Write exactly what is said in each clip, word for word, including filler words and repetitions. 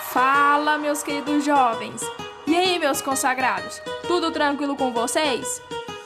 Fala, meus queridos jovens! E aí, meus consagrados? Tudo tranquilo com vocês?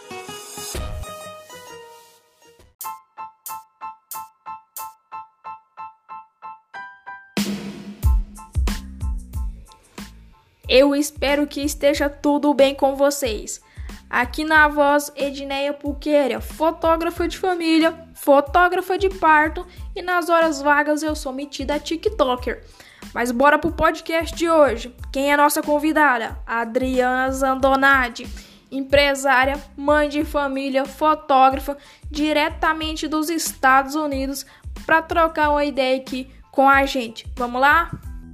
Eu espero que esteja tudo bem com vocês. Aqui na voz, Edneia Puqueira, fotógrafa de família, fotógrafa de parto e nas horas vagas eu sou metida TikToker. Mas bora pro podcast de hoje. Quem é a nossa convidada? Adriana Zandonati, empresária, mãe de família, fotógrafa, diretamente dos Estados Unidos, para trocar uma ideia aqui com a gente. Vamos lá?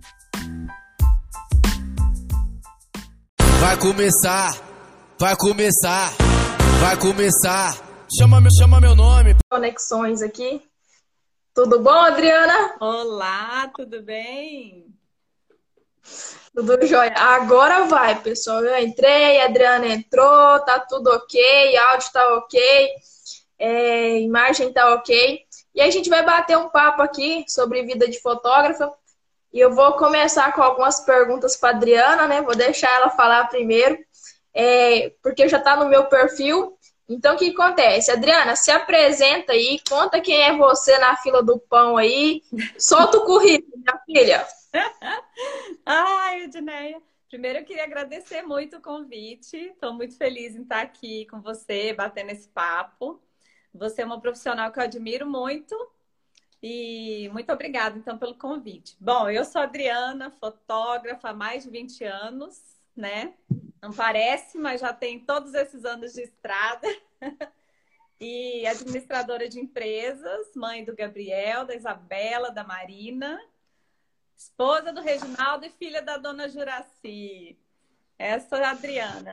Vai começar, vai começar, vai começar. Chama meu, chama meu nome. Conexões aqui. Tudo bom, Adriana? Olá, tudo bem? Tudo jóia. Agora vai, pessoal. Eu entrei, a Adriana entrou, tá tudo ok, áudio tá ok, é, imagem tá ok. E a gente vai bater um papo aqui sobre vida de fotógrafa. E eu vou começar com algumas perguntas para Adriana, né? Vou deixar ela falar primeiro, é, porque já tá no meu perfil. Então, o que acontece? Adriana, se apresenta aí, conta quem é você na fila do pão aí. Solta o currículo, minha filha. Ai, Edneia. Primeiro, eu queria agradecer muito o convite. Estou muito feliz em estar aqui com você, batendo esse papo. Você é uma profissional que eu admiro muito. E muito obrigada, então, pelo convite. Bom, eu sou a Adriana, fotógrafa há mais de vinte anos, né? Não parece, mas já tem todos esses anos de estrada. E administradora de empresas, mãe do Gabriel, da Isabela, da Marina, esposa do Reginaldo e filha da dona Juraci. Essa é a Adriana.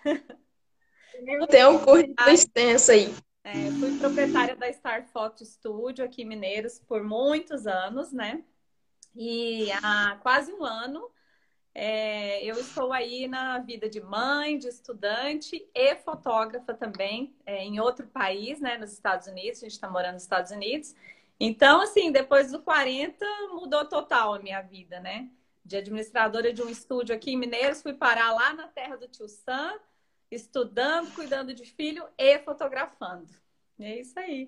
Tem um currículo extenso aí. É, fui proprietária da Star Photo Studio aqui em Mineiros por muitos anos, né? E há quase um ano é, eu estou aí na vida de mãe, de estudante e fotógrafa também, é, em outro país, né? Nos Estados Unidos, a gente está morando nos Estados Unidos. Então, assim, depois do quarenta, mudou total a minha vida, né? De administradora de um estúdio aqui em Mineiros, fui parar lá na terra do tio Sam, estudando, cuidando de filho e fotografando. É isso aí.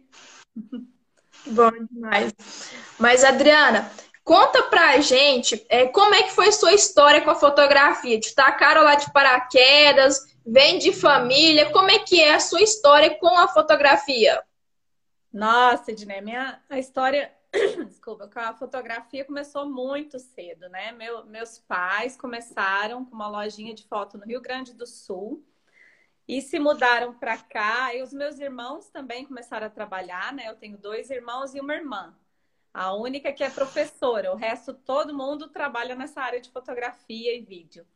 Bom demais. Mas, Adriana, conta pra gente é, como é que foi sua história com a fotografia. Te tacaram lá de paraquedas, vem de família. Como é que é a sua história com a fotografia? Nossa, Edné, minha a história, desculpa, com a fotografia começou muito cedo, né? Meu, meus pais começaram com uma lojinha de foto no Rio Grande do Sul e se mudaram para cá. E os meus irmãos também começaram a trabalhar, né? Eu tenho dois irmãos e uma irmã. A única que é professora, o resto todo mundo trabalha nessa área de fotografia e vídeo.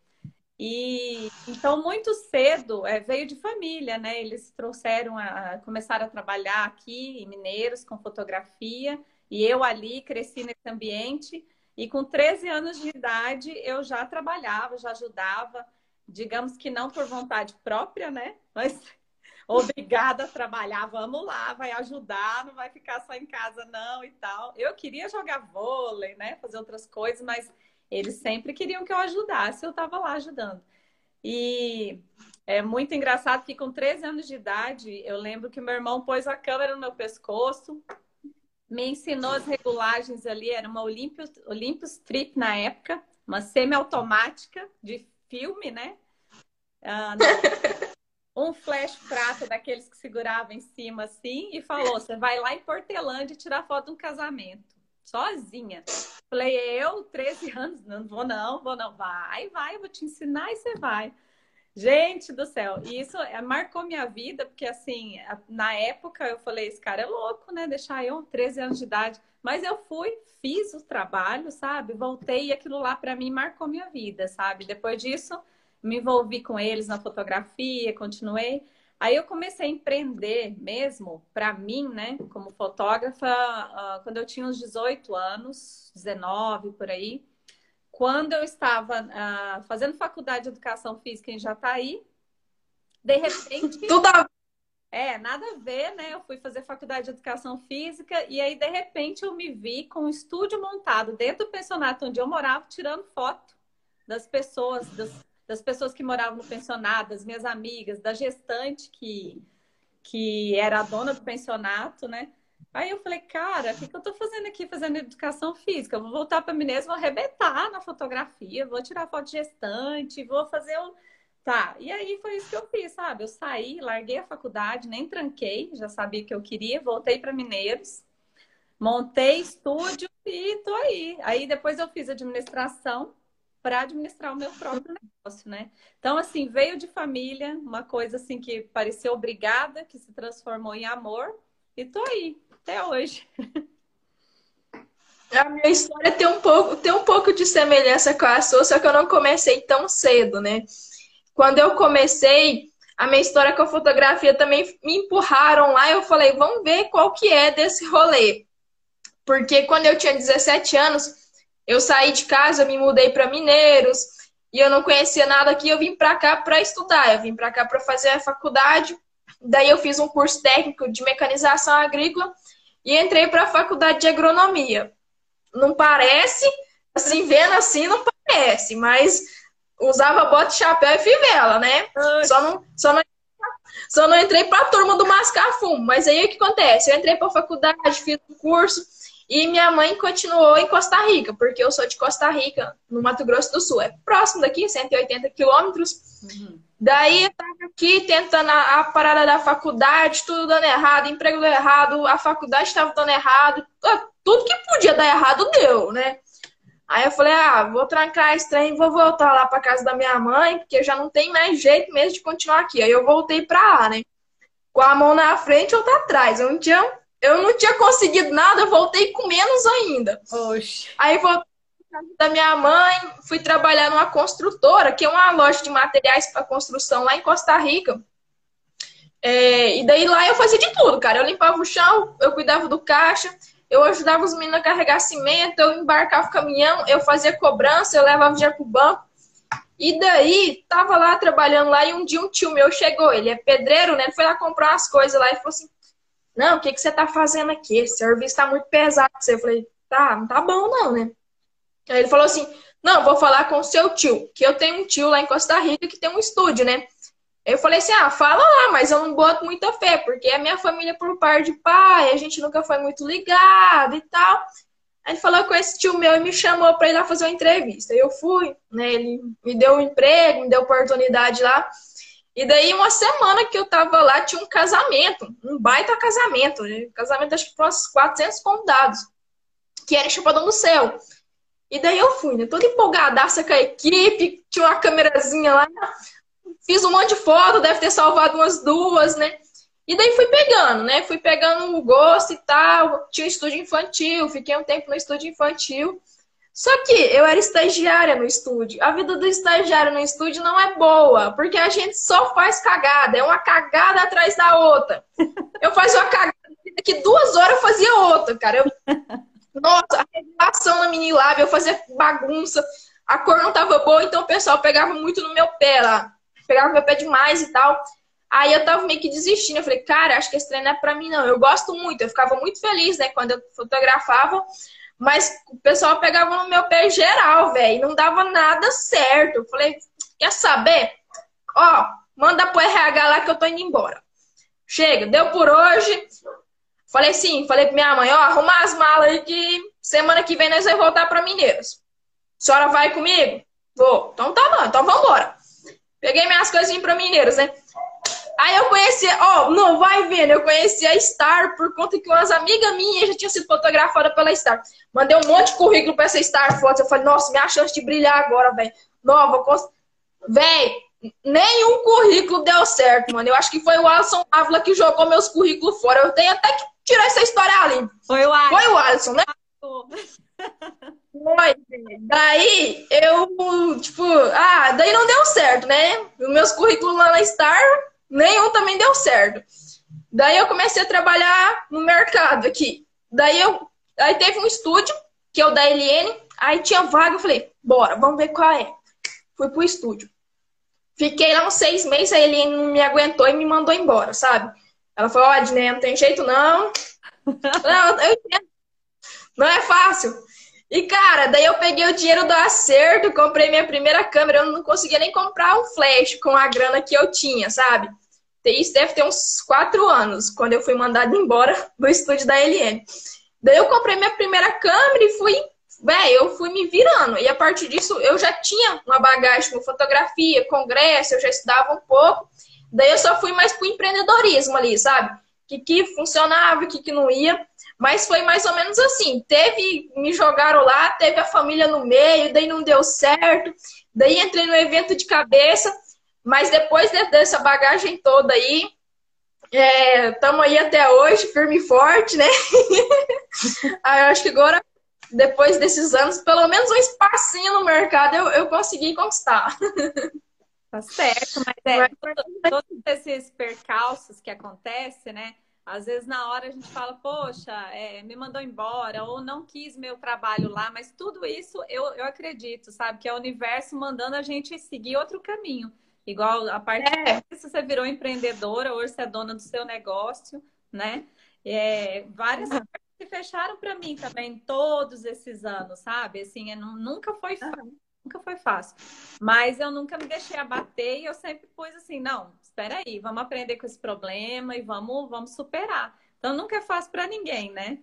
E então muito cedo é, veio de família, né? Eles trouxeram a, começaram a trabalhar aqui em Mineiros com fotografia e eu ali cresci nesse ambiente e com treze anos de idade eu já trabalhava, já ajudava, digamos que não por vontade própria, né? Mas obrigada a trabalhar, vamos lá, vai ajudar, não vai ficar só em casa não e tal. Eu queria jogar vôlei, né? Fazer outras coisas, mas eles sempre queriam que eu ajudasse, eu estava lá ajudando. E é muito engraçado que com treze anos de idade, eu lembro que meu irmão pôs a câmera no meu pescoço, me ensinou as regulagens ali, era uma Olympus, Olympus Trip na época, uma semiautomática de filme, né? Ah, um flash prata daqueles que segurava em cima assim e falou, você vai lá em Portelândia tirar foto de um casamento, sozinha. Falei, eu, treze anos, não vou não, vou não. Vai, vai, eu vou te ensinar e você vai. Gente do céu, e isso marcou minha vida, porque assim, na época eu falei, esse cara é louco, né? Deixar eu, treze anos de idade. Mas eu fui, fiz o trabalho, sabe? Voltei e aquilo lá para mim marcou minha vida, sabe? Depois disso, me envolvi com eles na fotografia, continuei. Aí eu comecei a empreender mesmo, para mim, né, como fotógrafa, uh, quando eu tinha uns dezoito anos, dezenove, por aí. Quando eu estava uh, fazendo faculdade de Educação Física em Jataí, de repente... Tudo a... É, nada a ver, né? Eu fui fazer faculdade de educação física e aí, de repente, eu me vi com um estúdio montado dentro do pensionato onde eu morava, tirando foto das pessoas, das, das pessoas que moravam no pensionato, das minhas amigas, da gestante que, que era a dona do pensionato, né? Aí eu falei, cara, o que, que eu tô fazendo aqui, fazendo educação física? Eu vou voltar para Minas, vou arrebentar na fotografia, vou tirar foto de gestante, vou fazer o... Tá, e aí foi isso que eu fiz, sabe? Eu saí, larguei a faculdade, nem tranquei, já sabia o que eu queria, voltei para Mineiros, montei estúdio e tô aí. Aí depois eu fiz administração para administrar o meu próprio negócio, né? Então, assim, veio de família, uma coisa assim que pareceu obrigada, que se transformou em amor, e tô aí, até hoje. A minha história tem um pouco, tem um pouco de semelhança com a sua, só que eu não comecei tão cedo, né? Quando eu comecei, a minha história com a fotografia também me empurraram lá. Eu falei, vamos ver qual que é desse rolê. Porque quando eu tinha dezessete anos, eu saí de casa, eu me mudei para Mineiros, e eu não conhecia nada aqui, eu vim para cá para estudar, eu vim para cá para fazer a faculdade. Daí eu fiz um curso técnico de mecanização agrícola e entrei para a faculdade de agronomia. Não parece, assim, vendo assim, não parece, mas... Usava bota, chapéu e fivela, né? Só não, só, não, só não entrei pra turma do mascar fumo. Mas aí o que acontece? Eu entrei pra faculdade, fiz o curso e minha mãe continuou em Costa Rica, porque eu sou de Costa Rica, no Mato Grosso do Sul. É próximo daqui, cento e oitenta quilômetros. Uhum. Daí eu tava aqui tentando a, a parada da faculdade, tudo dando errado, emprego dando errado, a faculdade tava dando errado. Tudo que podia dar errado deu, né? Aí eu falei, ah, vou trancar esse trem e vou voltar lá pra casa da minha mãe, porque já não tem mais jeito mesmo de continuar aqui. Aí eu voltei pra lá, né? Com a mão na frente ou outra atrás. Eu não tinha, eu não tinha conseguido nada, eu voltei com menos ainda. Oxe. Aí voltei pra casa da minha mãe, fui trabalhar numa construtora, que é uma loja de materiais para construção lá em Costa Rica. É, e daí lá eu fazia de tudo, cara. Eu limpava o chão, eu cuidava do caixa, eu ajudava os meninos a carregar cimento, eu embarcava o caminhão, eu fazia cobrança, eu levava dinheiro pro banco. E daí, tava lá trabalhando lá e um dia um tio meu chegou, ele é pedreiro, né? Ele foi lá comprar umas coisas lá e falou assim, não, o que, que você tá fazendo aqui? Esse serviço tá muito pesado pra você. Eu falei, tá, não tá bom não, né? Aí ele falou assim, não, vou falar com o seu tio, que eu tenho um tio lá em Costa Rica que tem um estúdio, né? Eu falei assim, ah, fala lá, mas eu não boto muita fé, porque a minha família por par de pai, a gente nunca foi muito ligado e tal. Aí ele falou com esse tio meu e me chamou para ir lá fazer uma entrevista. Eu fui, né, ele me deu um emprego, me deu oportunidade lá. E daí, uma semana que eu tava lá, tinha um casamento, um baita casamento, né? Casamento acho que com uns quatrocentos convidados, que era em Chapadão do Céu. E daí eu fui, né, toda empolgadaça com a equipe, tinha uma câmerazinha lá, fiz um monte de foto, deve ter salvado umas duas, né? E daí fui pegando, né? Fui pegando o gosto e tal. Tinha um estúdio infantil, fiquei um tempo no estúdio infantil. Só que eu era estagiária no estúdio. A vida do estagiário no estúdio não é boa, porque a gente só faz cagada. É uma cagada atrás da outra. Eu fazia uma cagada, daqui duas horas eu fazia outra, cara. Eu... Nossa, a revelação na Minilab, eu fazia bagunça. A cor não tava boa, então o pessoal pegava muito no meu pé lá. Pegava meu pé demais e tal. Aí eu tava meio que desistindo. Eu falei, cara, acho que esse treino não é pra mim, não. Eu gosto muito. Eu ficava muito feliz, né, quando eu fotografava. Mas o pessoal pegava no meu pé geral, velho. Não dava nada certo. Eu falei, quer saber? Ó, manda pro R H lá que eu tô indo embora. Chega, deu por hoje. Falei sim, falei pra minha mãe, ó, arruma as malas aí que semana que vem nós vamos voltar pra Mineiros. A senhora vai comigo? Vou. Então tá bom, então vambora. Peguei minhas coisinhas pra Mineiros, né? Aí eu conheci, ó, não vai vendo, eu conheci a Star por conta que umas amigas minhas já tinham sido fotografadas pela Star. Mandei um monte de currículo pra essa Star Fotos. Eu falei, nossa, minha chance de brilhar agora, velho. Nova, cons... velho, nenhum currículo deu certo, mano. Eu acho que foi o Alisson Ávila que jogou meus currículos fora. Eu tenho até que tirar essa história ali. Foi o Alisson. Foi o Alisson, né? Foi. Daí eu, tipo, ah, daí não deu certo, né? Os meus currículos lá na Star, nenhum também deu certo. Daí eu comecei a trabalhar no mercado aqui. Daí eu, aí teve um estúdio, que é o da Eliene, aí tinha vaga, eu falei, bora, vamos ver qual é. Fui pro estúdio. Fiquei lá uns seis meses, a Eliene não me aguentou e me mandou embora, sabe? Ela falou, ó, Adnê, não tem jeito não. Não, eu entendo, não é fácil. E, cara, daí eu peguei o dinheiro do acerto, comprei minha primeira câmera, eu não conseguia nem comprar um flash com a grana que eu tinha, sabe? Isso deve ter uns quatro anos, quando eu fui mandada embora do estúdio da L N. Daí eu comprei minha primeira câmera e fui, velho, eu fui me virando. E a partir disso eu já tinha uma bagagem com fotografia, congresso, eu já estudava um pouco. Daí eu só fui mais pro empreendedorismo ali, sabe? O que, que funcionava, o que, que não ia. Mas foi mais ou menos assim. Teve, me jogaram lá, teve a família no meio, daí não deu certo. Daí entrei no evento de cabeça. Mas depois dessa bagagem toda aí, estamos é, aí até hoje, firme e forte, né? Aí eu acho que agora, depois desses anos, pelo menos um espacinho no mercado eu, eu consegui conquistar. Tá certo, mas é, todos, todos esses percalços que acontecem, né? Às vezes na hora a gente fala, poxa, é, me mandou embora, ou não quis meu trabalho lá, mas tudo isso eu, eu acredito, sabe? Que é o universo mandando a gente seguir outro caminho. Igual a partir É. disso você virou empreendedora, hoje você é dona do seu negócio, né? É, várias coisas se fecharam para mim também todos esses anos, sabe? Assim, nunca foi fácil, nunca foi fácil. Mas eu nunca me deixei abater e eu sempre pus assim, não, espera aí, vamos aprender com esse problema e vamos, vamos superar. Então nunca é fácil para ninguém, né?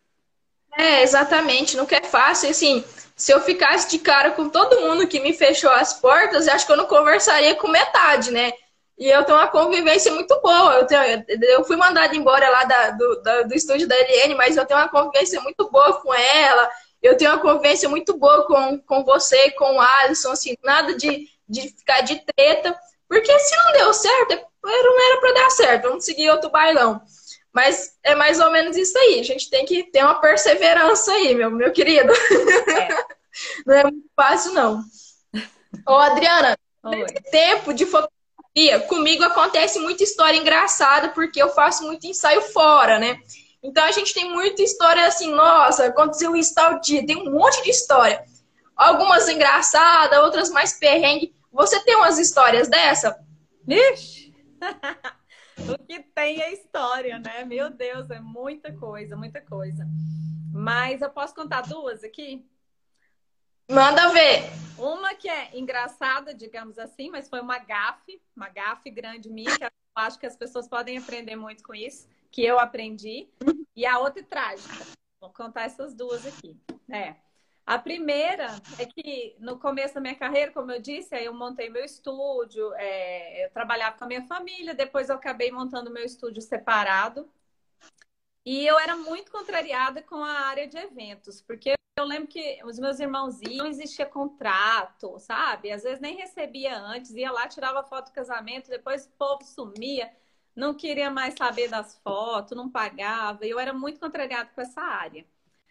É, exatamente, nunca é fácil. Assim, se eu ficasse de cara com todo mundo que me fechou as portas, eu acho que eu não conversaria com metade, né? E eu tenho uma convivência muito boa. Eu, tenho, eu fui mandada embora lá da, do, da, do estúdio da L N, mas eu tenho uma convivência muito boa com ela. Eu tenho uma convivência muito boa com, com você, com o Alisson, assim, nada de, de ficar de treta. Porque se não deu certo, não era para dar certo, vamos seguir outro bailão. Mas é mais ou menos isso aí. A gente tem que ter uma perseverança aí, meu, meu querido. É. Não é muito fácil, não. Ô, Adriana, Oi. Nesse tempo de fotografia, comigo acontece muita história engraçada, porque eu faço muito ensaio fora, né? Então a gente tem muita história assim, nossa, aconteceu isso tal dia. Tem um monte de história. Algumas engraçadas, outras mais perrengue. Você tem umas histórias dessa? Ixi! O que tem é história, né? Meu Deus, é muita coisa, muita coisa. Mas eu posso contar duas aqui? Manda ver. Uma que é engraçada, digamos assim, mas foi uma gafe, uma gafe grande minha, que eu acho que as pessoas podem aprender muito com isso, que eu aprendi. E a outra é trágica. Vou contar essas duas aqui. É. A primeira é que no começo da minha carreira, como eu disse, aí eu montei meu estúdio, é, eu trabalhava com a minha família, depois eu acabei montando meu estúdio separado. E eu era muito contrariada com a área de eventos, porque eu lembro que os meus irmãos iam, não existia contrato, sabe? Às vezes nem recebia antes, ia lá, tirava foto do casamento, depois o povo sumia, não queria mais saber das fotos, não pagava. E eu era muito contrariada com essa área.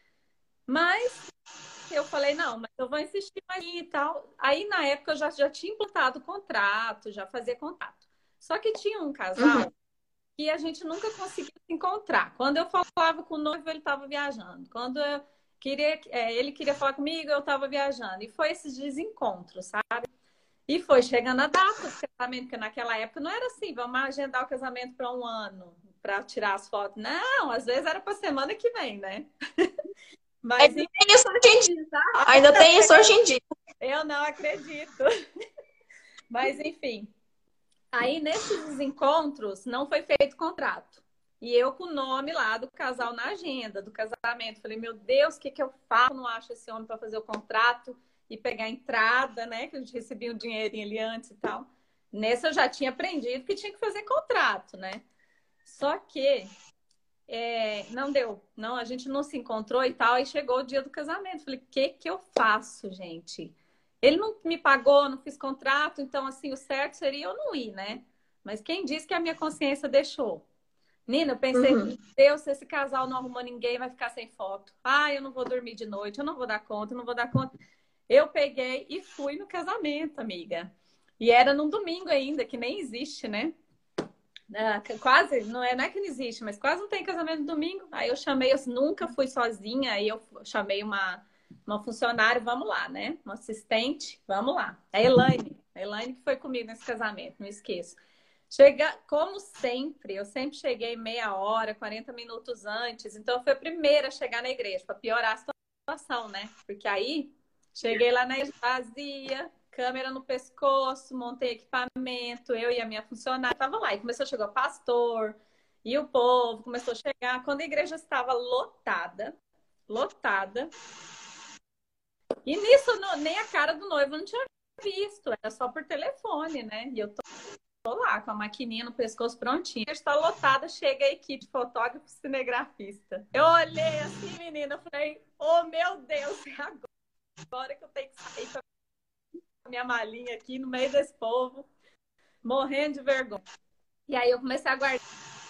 Mas eu falei, não, mas eu vou insistir mais e tal. Aí, na época, eu já, já tinha implantado contrato, já fazia contato. Só que tinha um casal que a gente nunca conseguia se encontrar. Quando eu falava com o noivo, ele estava viajando. Quando eu queria, é, ele queria falar comigo, eu estava viajando. E foi esses desencontros, sabe? E foi chegando a data do casamento, porque naquela época não era assim, vamos agendar o casamento para um ano, para tirar as fotos. Não, às vezes era para semana que vem, né? Mas ainda tem isso hoje em dia, tá? Ainda tem isso hoje em dia. Eu não acredito. Mas, enfim. Aí, nesses encontros, não foi feito contrato. E eu com o nome lá do casal na agenda, do casamento. Falei, meu Deus, o que, que eu faço? Não acho esse homem para fazer o contrato e pegar a entrada, né? Que a gente recebia um dinheirinho ali antes e tal. Nesse eu já tinha aprendido que tinha que fazer contrato, né? Só que é, não deu. Não, a gente não se encontrou e tal. Aí chegou o dia do casamento. Falei, o que, que eu faço, gente? Ele não me pagou, não fiz contrato, então, assim, o certo seria eu não ir, né? Mas quem disse que a minha consciência deixou? Nina, eu pensei, uhum. Deus, se esse casal não arrumou ninguém, vai ficar sem foto. Ah, eu não vou dormir de noite, eu não vou dar conta, eu não vou dar conta. Eu peguei e fui no casamento, amiga. E era num domingo ainda, que nem existe, né? Ah, quase, não é, não é que não existe, mas quase não tem casamento no domingo. Aí eu chamei, eu nunca fui sozinha, aí eu chamei uma... uma funcionária, vamos lá, né? Uma assistente, vamos lá. A Elaine, a Elaine que foi comigo nesse casamento, não esqueço. Chega, como sempre, eu sempre cheguei meia hora, quarenta minutos antes, então eu fui a primeira a chegar na igreja, para piorar a situação, né? Porque aí cheguei lá na igreja vazia, câmera no pescoço, montei equipamento, eu e a minha funcionária tava lá. E começou a chegar o pastor e o povo começou a chegar. Quando a igreja estava lotada, lotada, e nisso nem a cara do noivo eu não tinha visto, era só por telefone, né? E eu tô Tô lá com a maquininha no pescoço prontinha. Está lotada, chega a equipe fotógrafo cinegrafista. Eu olhei assim, menina, eu falei, oh meu Deus, é agora que eu tenho que sair com a minha malinha aqui no meio desse povo, morrendo de vergonha. E aí eu comecei a guardar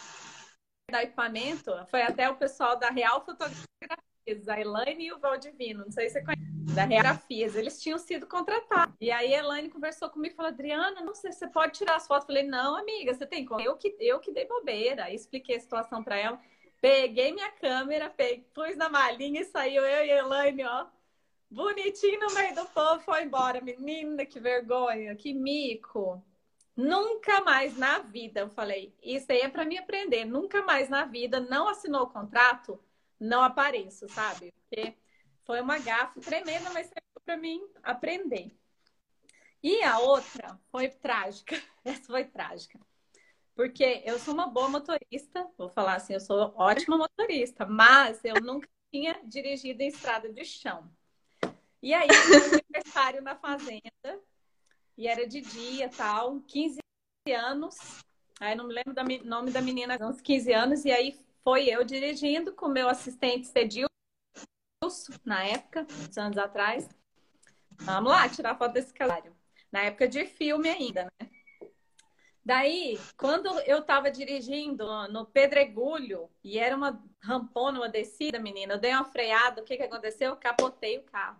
o equipamento, foi até o pessoal da Real Fotografias, a Elaine e o Valdivino, não sei se você conhece. Da Reagrafias, eles tinham sido contratados. E aí a Elaine conversou comigo e falou, Adriana, não sei se você pode tirar as fotos. Eu falei, não, amiga, você tem como. Eu que, eu que dei bobeira. Aí expliquei a situação para ela. Peguei minha câmera, peguei, pus na malinha e saiu eu e a Elaine, ó, bonitinho no meio do povo, foi embora. Menina, que vergonha, que mico. Nunca mais na vida, eu falei, isso aí é para mim aprender. Nunca mais na vida, não assinou o contrato, não apareço, sabe? Porque foi uma gafe tremenda, mas serviu para mim aprender. E a outra foi trágica. Essa foi trágica. Porque eu sou uma boa motorista, vou falar assim, eu sou ótima motorista, mas eu nunca tinha dirigido em estrada de chão. E aí, eu aniversário na fazenda, e era de dia, tal, quinze anos, aí não me lembro do nome da menina, uns quinze anos, e aí foi eu dirigindo com o meu assistente Cedil, na época, uns anos atrás. Vamos lá, tirar foto desse casário. Na época de filme ainda, né? Daí, quando eu tava dirigindo no Pedregulho, e era uma rampona, uma descida, menina, eu dei uma freada, o que que aconteceu? Eu capotei o carro.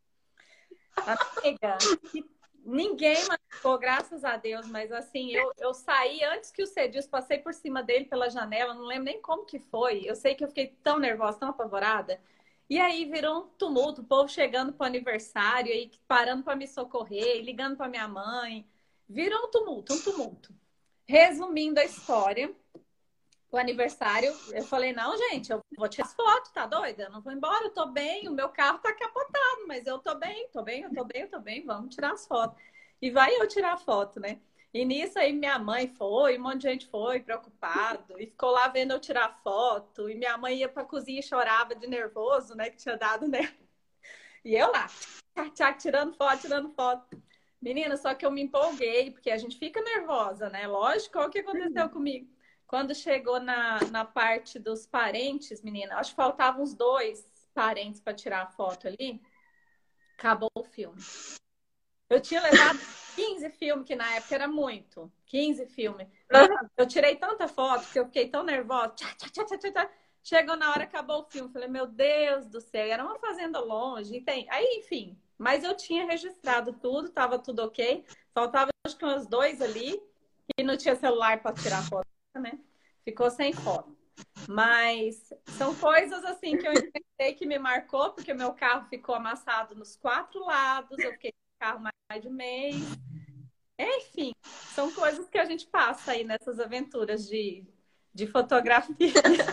Amiga, ninguém machucou, graças a Deus, mas assim, eu, eu saí antes que o Cedilson, passei por cima dele pela janela, não lembro nem como que foi. Eu sei que eu fiquei tão nervosa, tão apavorada. E aí virou um tumulto, o povo chegando pro aniversário, aí parando para me socorrer, ligando para minha mãe. Virou um tumulto, um tumulto. Resumindo a história, o aniversário, eu falei, não, gente, eu vou tirar as fotos, tá doida? Eu não vou embora, eu tô bem, o meu carro tá capotado, mas eu tô bem, tô bem, eu tô bem, eu tô bem, vamos tirar as fotos. E vai eu tirar a foto, né? E nisso aí minha mãe foi, um monte de gente foi preocupado, e ficou lá vendo eu tirar foto, e minha mãe ia pra cozinha e chorava de nervoso, né, que tinha dado, né? E eu lá, tchac, tchac, tirando foto, tirando foto. Menina, só que eu me empolguei, porque a gente fica nervosa, né? Lógico, o que aconteceu comigo? Quando chegou na, na parte dos parentes, menina, acho que faltavam uns dois parentes para tirar a foto ali, acabou o filme. Eu tinha levado quinze filmes, que na época era muito. quinze filmes. Eu tirei tanta foto que eu fiquei tão nervosa. Tchá, tchá, tchá, tchá, tchá. Chegou na hora, acabou o filme. Falei, meu Deus do céu, era uma fazenda longe. Tem... Aí, enfim, mas eu tinha registrado tudo, tava tudo ok. Faltava acho que uns dois ali, e não tinha celular para tirar foto, né? Ficou sem foto. Mas são coisas assim que eu enfrentei que me marcou, porque meu carro ficou amassado nos quatro lados, eu fiquei com o carro mais de mês. Enfim, são coisas que a gente passa aí nessas aventuras de, de fotografia.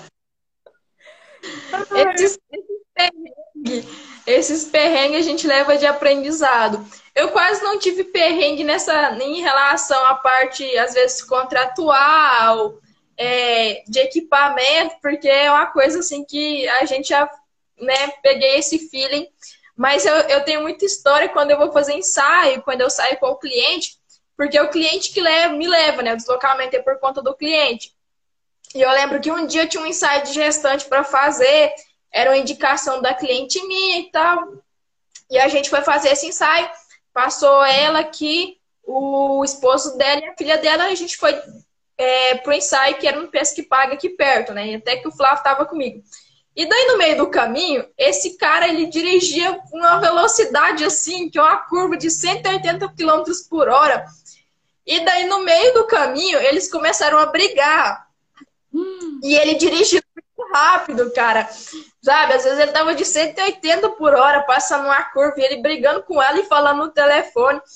Esses, esses perrengues, esses perrengues a gente leva de aprendizado. Eu quase não tive perrengue nessa, em relação à parte, às vezes, contratual, é, de equipamento, porque é uma coisa assim que a gente já, né, peguei esse feeling. Mas eu, eu tenho muita história quando eu vou fazer ensaio, quando eu saio com o cliente, porque é o cliente que leva, me leva, né? O deslocamento é por conta do cliente. E eu lembro que um dia eu tinha um ensaio de gestante para fazer, era uma indicação da cliente minha e tal. E a gente foi fazer esse ensaio, passou ela aqui, o esposo dela e a filha dela, a gente foi é, pro ensaio, que era um Pesca e Paga aqui perto, né? E até que o Flávio estava comigo. E daí, no meio do caminho, esse cara, ele dirigia com uma velocidade assim, que é uma curva de cento e oitenta quilômetros por hora. E daí, no meio do caminho, eles começaram a brigar. Hum. E ele dirigiu muito rápido, cara. Sabe? Às vezes ele tava de cento e oitenta por hora, passando uma curva, e ele brigando com ela e falando no telefone.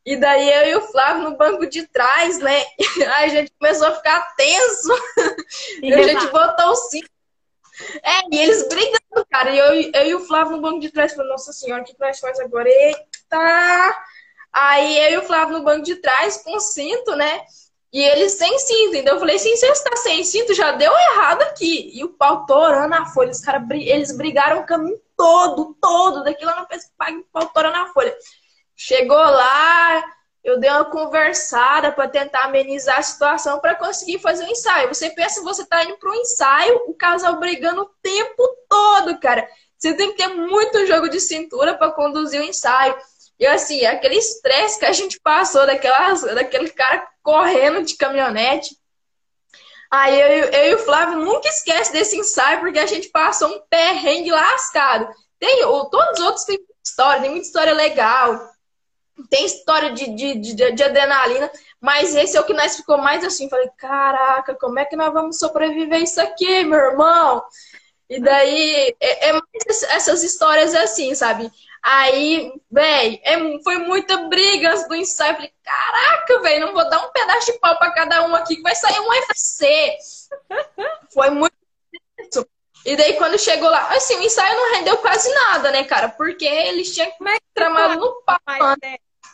E daí eu e o Flávio no banco de trás, né? Aí a gente começou a ficar tenso. E A gente rezar. botou o cinto. É, e eles brigando, cara. E eu, eu e o Flávio no banco de trás. Falei, nossa senhora, o que nós fazemos agora? Eita! Aí eu e o Flávio no banco de trás com o cinto, né? E eles sem cinto. Então eu falei assim, se você está sem cinto, já deu errado aqui. E o pau torando a folha. Os caras, eles brigaram o caminho todo, todo. Daqui lá no Pespague, o pau torando a folha. Chegou lá, eu dei uma conversada para tentar amenizar a situação para conseguir fazer o ensaio. Você pensa, você tá indo para um ensaio, o casal brigando o tempo todo, cara. Você tem que ter muito jogo de cintura para conduzir o ensaio. E assim, aquele estresse que a gente passou daquelas, daquele cara correndo de caminhonete. Aí eu, eu e o Flávio nunca esquece desse ensaio, porque a gente passou um perrengue lascado. Tem, todos os outros têm muita história, tem muita história legal. Tem história de, de, de, de adrenalina, mas esse é o que nós ficou mais assim. Falei, caraca, como é que nós vamos sobreviver isso aqui, meu irmão? E daí, é, é mais essas histórias assim, sabe? Aí, velho, é, foi muita briga antes do ensaio. Falei, caraca, velho, não vou dar um pedaço de pau pra cada um aqui que vai sair um U F C. Foi muito isso. E daí, quando chegou lá, assim, o ensaio não rendeu quase nada, né, cara? Porque eles tinham Como é que você tramado sabe, no pau. pai, né?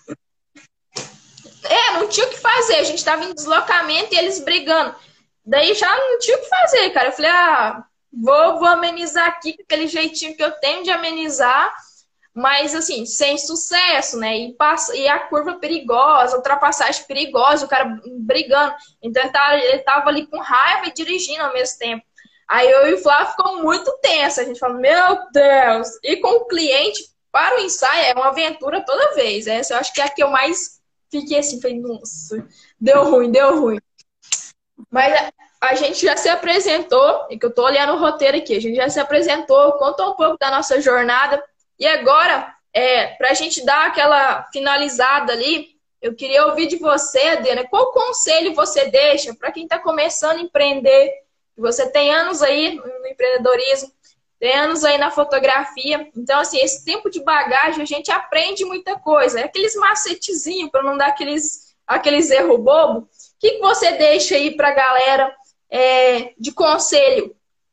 É, não tinha o que fazer. A gente tava em deslocamento e eles brigando. Daí já não tinha o que fazer, cara. Eu falei, ah, vou, vou amenizar aqui com aquele jeitinho que eu tenho de amenizar, mas assim, sem sucesso, né? E, passa, e a curva perigosa, ultrapassagem perigosa, o cara brigando. Então ele tava, ele tava ali com raiva e dirigindo ao mesmo tempo. Aí eu e o Flávio ficou muito tenso. A gente falou, meu Deus! E com o cliente, para o ensaio, é uma aventura toda vez. Essa eu acho que é a que eu mais fiquei assim, falei, nossa, deu ruim, deu ruim. Mas a, a gente já se apresentou, e que eu tô olhando o roteiro aqui, a gente já se apresentou, contou um pouco da nossa jornada. E agora, é, pra gente dar aquela finalizada ali, eu queria ouvir de você, Adriana, qual conselho você deixa para quem está começando a empreender? Você tem anos aí no empreendedorismo, tem anos aí na fotografia. Então, assim, esse tempo de bagagem, a gente aprende muita coisa. É aqueles macetezinhos para não dar aqueles, aqueles erros bobos. O que, que você deixa aí para a galera é, de conselho?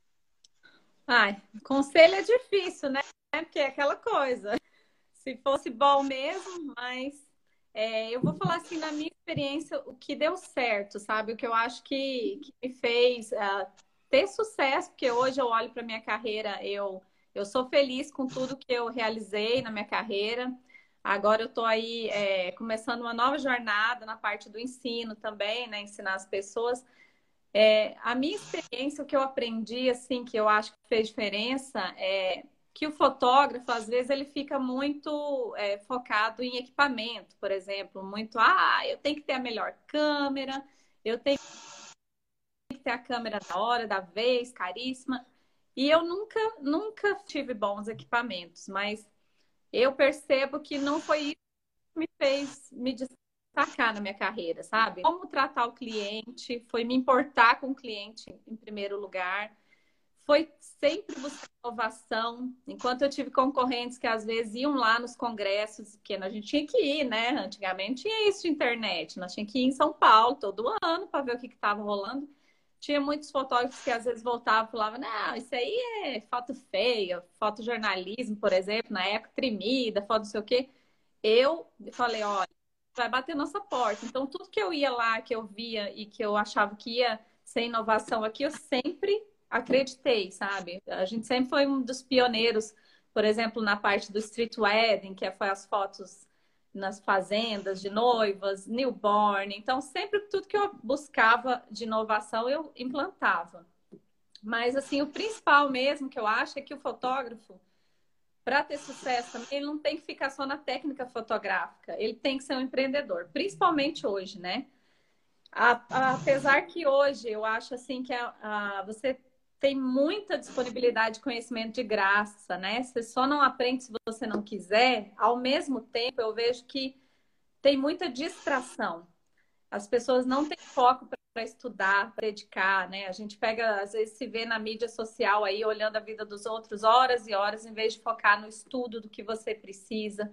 Ai, conselho é difícil, né? Porque é aquela coisa. Se fosse bom mesmo, mas é, eu vou falar assim, na minha experiência, o que deu certo, sabe? O que eu acho que, que me fez uh, ter sucesso, porque hoje eu olho para minha carreira, eu, eu sou feliz com tudo que eu realizei na minha carreira. Agora eu estou aí é, começando uma nova jornada na parte do ensino também, né? Ensinar as pessoas. É, a minha experiência, o que eu aprendi, assim, que eu acho que fez diferença, é que o fotógrafo, às vezes, ele fica muito é, focado em equipamento, por exemplo, muito, ah, eu tenho que ter a melhor câmera, eu tenho que ter a câmera da hora, da vez, caríssima. E eu nunca, nunca tive bons equipamentos, mas eu percebo que não foi isso que me fez me destacar na minha carreira, sabe? Como tratar o cliente, foi me importar com o cliente em primeiro lugar, foi sempre buscar inovação. Enquanto eu tive concorrentes que às vezes iam lá nos congressos, que a gente tinha que ir, né? Antigamente tinha isso de internet, nós tínhamos que ir em São Paulo todo ano para ver o que estava rolando. Tinha muitos fotógrafos que às vezes voltavam e falavam, não, isso aí é foto feia, fotojornalismo, por exemplo, na época tremida, foto não sei o quê. Eu falei, olha, vai bater nossa porta. Então, tudo que eu ia lá, que eu via e que eu achava que ia ser inovação aqui, eu sempre acreditei, sabe? A gente sempre foi um dos pioneiros, por exemplo, na parte do street wedding, que foi as fotos nas fazendas de noivas, newborn. Então, sempre tudo que eu buscava de inovação, eu implantava. Mas, assim, o principal mesmo que eu acho é que o fotógrafo, para ter sucesso também, ele não tem que ficar só na técnica fotográfica. Ele tem que ser um empreendedor, principalmente hoje, né? A, a, apesar que hoje eu acho assim que a, a, você tem muita disponibilidade de conhecimento de graça, né? Você só não aprende se você não quiser. Ao mesmo tempo, eu vejo que tem muita distração. As pessoas não têm foco para estudar, para dedicar, né? A gente pega, às vezes, se vê na mídia social aí, olhando a vida dos outros horas e horas, em vez de focar no estudo do que você precisa.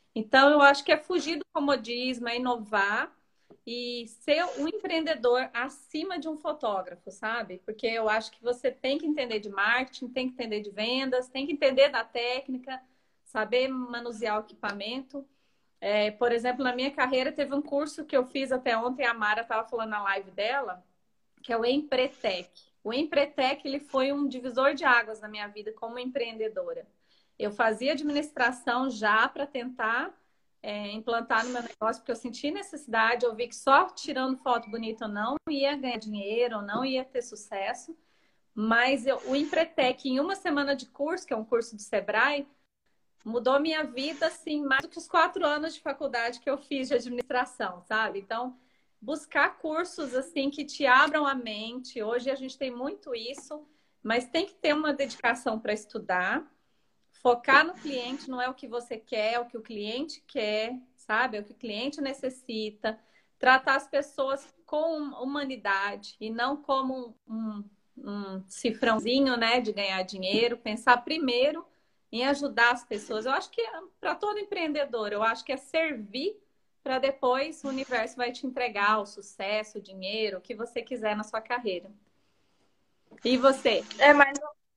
Então, eu acho que é fugir do comodismo, é inovar e ser um empreendedor acima de um fotógrafo, sabe? Porque eu acho que você tem que entender de marketing, tem que entender de vendas, tem que entender da técnica, saber manusear o equipamento. É, por exemplo, na minha carreira, teve um curso que eu fiz até ontem, a Mara estava falando na live dela, que é o Empretec. O Empretec, ele foi um divisor de águas na minha vida como empreendedora. Eu fazia administração já para tentar é, implantar no meu negócio, porque eu senti necessidade, eu vi que só tirando foto bonita não ia ganhar dinheiro, não ia ter sucesso. Mas eu, o Empretec, em uma semana de curso, que é um curso do Sebrae, mudou minha vida, assim, mais do que os quatro anos de faculdade que eu fiz de administração, sabe? Então, buscar cursos, assim, que te abram a mente. Hoje a gente tem muito isso, mas tem que ter uma dedicação para estudar. Focar no cliente não é o que você quer, é o que o cliente quer, sabe? É o que o cliente necessita. Tratar as pessoas com humanidade e não como um, um cifrãozinho, né, de ganhar dinheiro. Pensar primeiro em ajudar as pessoas. Eu acho que é para todo empreendedor, eu acho que é servir para depois o universo vai te entregar o sucesso, o dinheiro, o que você quiser na sua carreira. E você? É, mas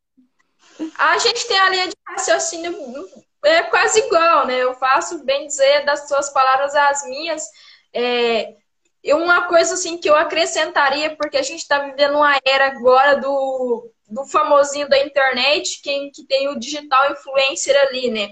a gente tem a linha de raciocínio é quase igual, né? Eu faço, bem dizer, das suas palavras às minhas. É, e uma coisa assim que eu acrescentaria, porque a gente está vivendo uma era agora do, do famosinho da internet, quem que tem o digital influencer ali, né?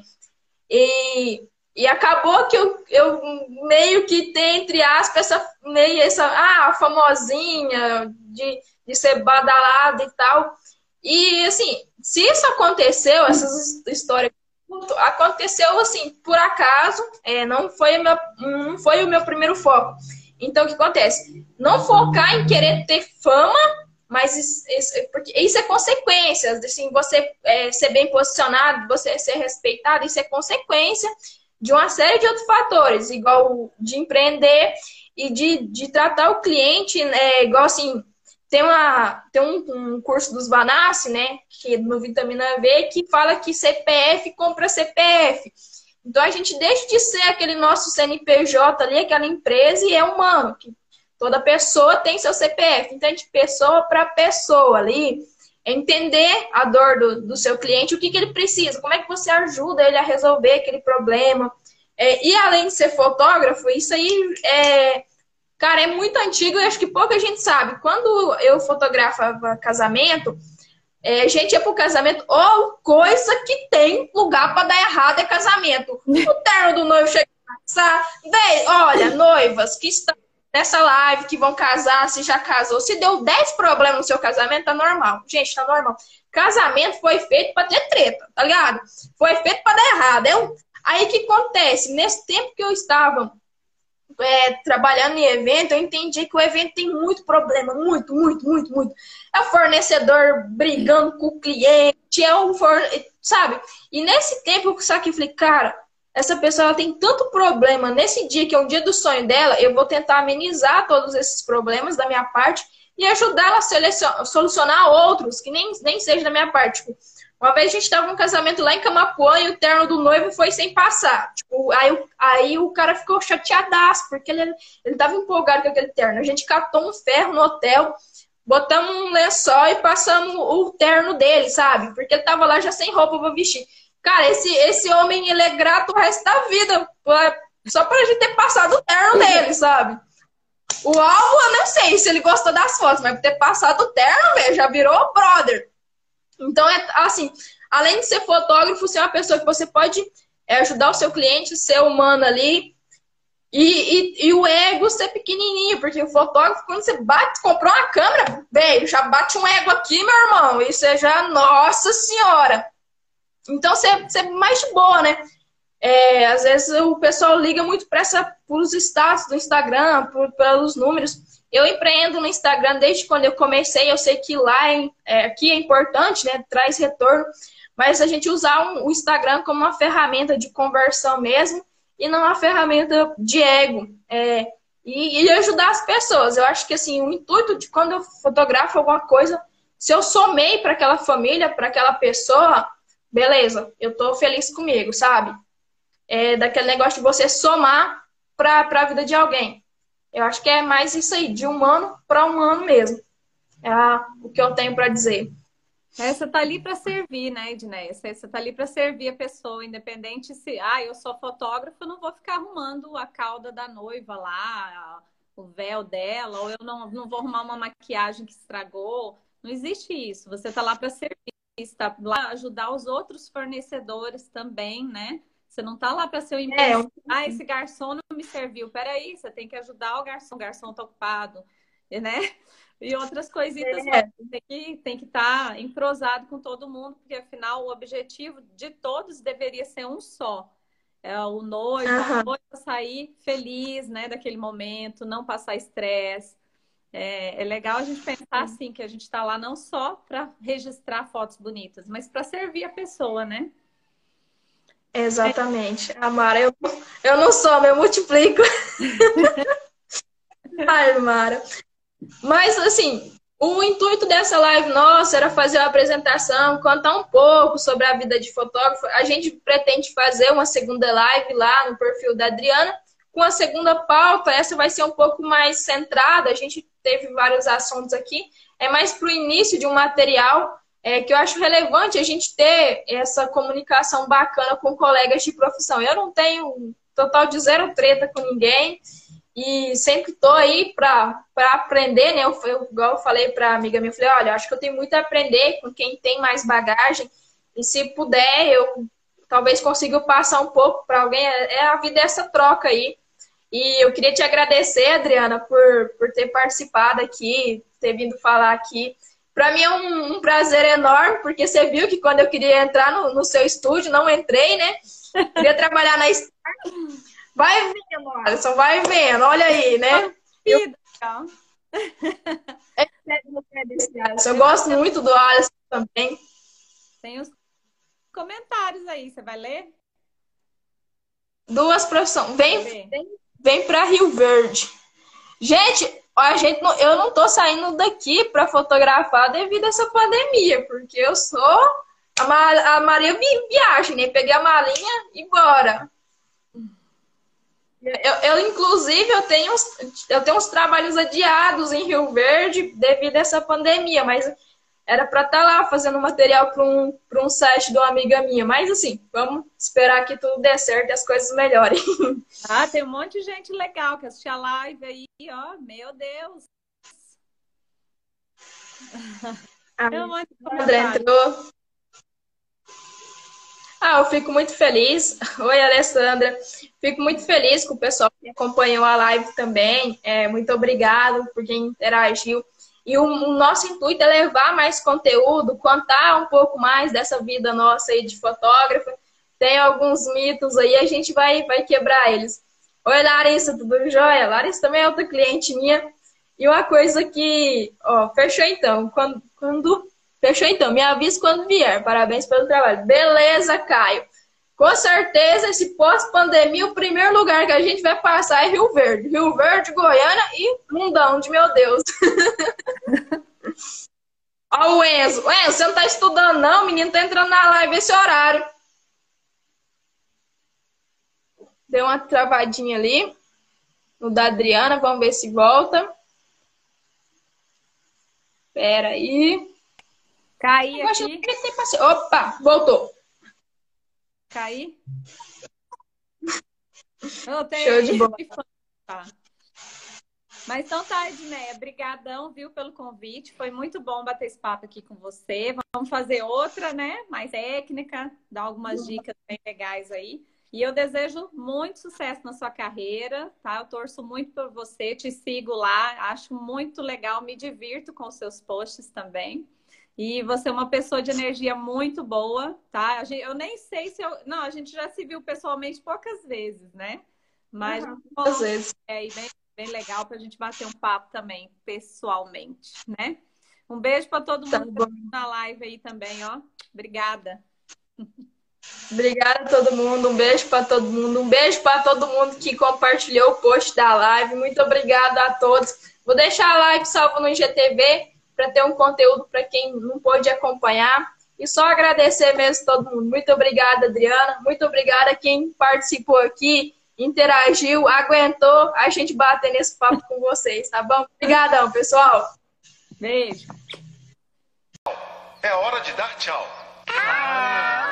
E, e acabou que eu, eu meio que tem, entre aspas, essa, meio essa, ah, famosinha, de, de ser badalada e tal. E, assim, se isso aconteceu, essas histórias, aconteceu, assim, por acaso, é, não foi o meu, não foi o meu primeiro foco. Então, o que acontece? Não focar em querer ter fama, mas isso, isso, porque isso é consequência. Assim, você é, ser bem posicionado, você ser respeitado, isso é consequência de uma série de outros fatores, igual de empreender e de, de tratar o cliente, né, igual assim. Tem, uma, tem um, um curso dos Vanassi, né, que no Vitamina V, que fala que C P F compra C P F. Então, a gente deixa de ser aquele nosso C N P J ali, aquela empresa, e é humano. Que toda pessoa tem seu C P F. Então, de pessoa para pessoa ali, é entender a dor do, do seu cliente, o que, que ele precisa, como é que você ajuda ele a resolver aquele problema. É, e além de ser fotógrafo, isso aí é... Cara, é muito antigo e acho que pouca gente sabe. Quando eu fotografava casamento, é, a gente ia pro casamento, ou coisa que tem lugar para dar errado é casamento. O terno do noivo chega a passar. Bem, olha, noivas que estão nessa live, que vão casar, se já casou, se deu dez problemas no seu casamento, tá normal. Gente, tá normal. Casamento foi feito para ter treta, tá ligado? Foi feito para dar errado. É um... Aí o que acontece? Nesse tempo que eu estava... É, trabalhando em evento, eu entendi que o evento tem muito problema, muito, muito, muito, muito. É o fornecedor brigando com o cliente, é o forne... sabe? E nesse tempo eu só que falei, cara, essa pessoa ela tem tanto problema, nesse dia que é o dia do sonho dela, eu vou tentar amenizar todos esses problemas da minha parte e ajudar ela a selecion... solucionar outros, que nem, nem seja da minha parte. Tipo, uma vez a gente estava num casamento lá em Camapuã e o terno do noivo foi sem passar. Tipo, aí, aí o cara ficou chateadaço, porque ele, ele tava empolgado com aquele terno. A gente catou um ferro no hotel, botamos um lençol e passamos o terno dele, sabe? Porque ele tava lá já sem roupa pra vestir. Cara, esse, esse homem, ele é grato o resto da vida, só pra gente ter passado o terno dele, sabe? O alvo, eu não sei se ele gostou das fotos, mas por ter passado o terno, velho, já virou brother. Então, é assim, além de ser fotógrafo, ser uma pessoa que você pode é, ajudar o seu cliente, ser humano ali, e, e, e o ego ser pequenininho, porque o fotógrafo, quando você bate, comprou uma câmera, velho, já bate um ego aqui, meu irmão, isso é já, nossa senhora. Então, ser, ser mais de boa, né? É, às vezes o pessoal liga muito para os status do Instagram, por, pelos números. Eu empreendo no Instagram desde quando eu comecei. Eu sei que lá é, é, aqui é importante, né? Traz retorno. Mas a gente usar um, o Instagram como uma ferramenta de conversão mesmo e não uma ferramenta de ego. É, e, e ajudar as pessoas. Eu acho que assim, o intuito de quando eu fotografo alguma coisa, se eu somei para aquela família, para aquela pessoa, beleza, eu tô feliz comigo, sabe? é, daquele negócio de você somar para a vida de alguém. Eu acho que é mais isso aí, de humano para humano mesmo. É a, o que eu tenho para dizer. É, você tá ali para servir, né, Edneia? Você, você tá ali para servir a pessoa, independente se, ah, eu sou fotógrafo, eu não vou ficar arrumando a cauda da noiva lá, o véu dela, ou eu não, não vou arrumar uma maquiagem que estragou. Não existe isso. Você tá lá para servir, está lá ajudar os outros fornecedores também, né? Você não tá lá para ser o É, impensável. Ah, esse garçom não me serviu. Peraí, você tem que ajudar o garçom, o garçom tá ocupado, né? E outras coisitas é, tem que tem que estar entrosado com todo mundo, porque afinal o objetivo de todos deveria ser um só. É o noivo, a aham, noiva sair feliz, né, daquele momento, não passar estresse. É, é legal a gente pensar assim, que a gente está lá não só para registrar fotos bonitas, mas para servir a pessoa, né? exatamente. Amara, eu, eu não sou, eu multiplico. Ai, Mara. Mas, assim, o intuito dessa live nossa era fazer uma apresentação, contar um pouco sobre a vida de fotógrafo. A gente pretende fazer uma segunda live lá no perfil da Adriana, com a segunda pauta. Essa vai ser um pouco mais centrada. A gente teve vários assuntos aqui. É mais para o início de um material é, que eu acho relevante a gente ter essa comunicação bacana com colegas de profissão. Eu não tenho um total de zero treta com ninguém. E sempre tô aí para aprender, né? Eu, eu, igual eu falei para amiga minha, eu falei, olha, eu acho que eu tenho muito a aprender com quem tem mais bagagem. E se puder, eu talvez consiga passar um pouco para alguém. É a vida essa troca aí. E eu queria te agradecer, Adriana, por, por ter participado aqui, ter vindo falar aqui. Para mim é um, um prazer enorme, porque você viu que quando eu queria entrar no, no seu estúdio, não entrei, né? Queria trabalhar na Star. Vai vendo, Alisson, vai vendo, olha aí, né? Eu, eu gosto muito do Alisson também. Tem os comentários aí, você vai ler? Duas profissões. Vem, vem, vem para Rio Verde. Gente, a gente não, eu não tô saindo daqui para fotografar devido a essa pandemia, porque eu sou a, Ma, a Maria Viagem, né? Peguei a malinha e bora. Eu, eu, inclusive, eu tenho, uns, eu tenho uns trabalhos adiados em Rio Verde devido a essa pandemia, mas era para estar lá fazendo material para um, para um site de uma amiga minha. Mas, assim, vamos esperar que tudo dê certo e as coisas melhorem. Ah, tem um monte de gente legal que assistiu a live aí, ó. Meu Deus! Ah, tem um monte de André entrou. Ah, eu fico muito feliz. Oi, Alessandra. Fico muito feliz com o pessoal que acompanhou a live também. É, muito obrigado por quem interagiu. E o, o nosso intuito é levar mais conteúdo, contar um pouco mais dessa vida nossa aí de fotógrafa. Tem alguns mitos aí, a gente vai, vai quebrar eles. Oi, Larissa, tudo jóia? Larissa também é outra cliente minha. E uma coisa que... Ó, fechou então. Quando... quando Fechou então, me avisa quando vier. Parabéns pelo trabalho. Beleza, Caio. Com certeza, esse pós-pandemia, o primeiro lugar que a gente vai passar é Rio Verde. Rio Verde, Goiânia e Mundão, de meu Deus. Ó o Enzo. O Enzo, você não tá estudando não? O menino tá entrando na live esse horário. Deu uma travadinha ali. No da Adriana, vamos ver se volta. Pera aí. Caí aqui. Que Opa, voltou. Caí. Oh, tem... Show de bola. Tá. Mas então tá, Edneia. Brigadão, viu, pelo convite. Foi muito bom bater esse papo aqui com você. Vamos fazer outra, né? Mais técnica, dar algumas dicas bem legais aí. E eu desejo muito sucesso na sua carreira, tá? Eu torço muito por você, te sigo lá, acho muito legal, me divirto com os seus posts também. E você é uma pessoa de energia muito boa, tá? Eu nem sei se eu... Não, a gente já se viu pessoalmente poucas vezes, né? Mas uhum, às vezes. É bem, bem legal pra gente bater um papo também, pessoalmente, né? Um beijo para todo mundo tá que tá na live aí também, ó. Obrigada. Obrigada a todo mundo, um beijo para todo mundo, um beijo para todo mundo que compartilhou o post da live. Muito obrigada a todos. Vou deixar a live salva no I G T V para ter um conteúdo para quem não pôde acompanhar. E só agradecer mesmo todo mundo. Muito obrigada, Adriana. Muito obrigada a quem participou aqui, interagiu, aguentou a gente bater nesse papo com vocês, tá bom? Obrigadão, pessoal. Beijo. É hora de dar tchau. Ah!